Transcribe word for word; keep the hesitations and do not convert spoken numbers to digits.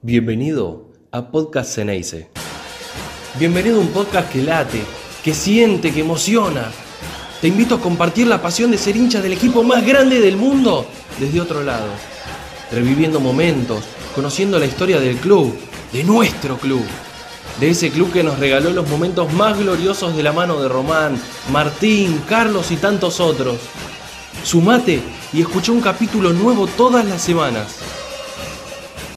Bienvenido a Podcast Ceneice. Bienvenido a un podcast que late, que siente, que emociona. Te invito a compartir la pasión de ser hincha del equipo más grande del mundo desde otro lado. Reviviendo momentos, conociendo la historia del club, de nuestro club. De ese club que nos regaló los momentos más gloriosos de la mano de Román, Martín, Carlos y tantos otros. Sumate y escucha un capítulo nuevo todas las semanas.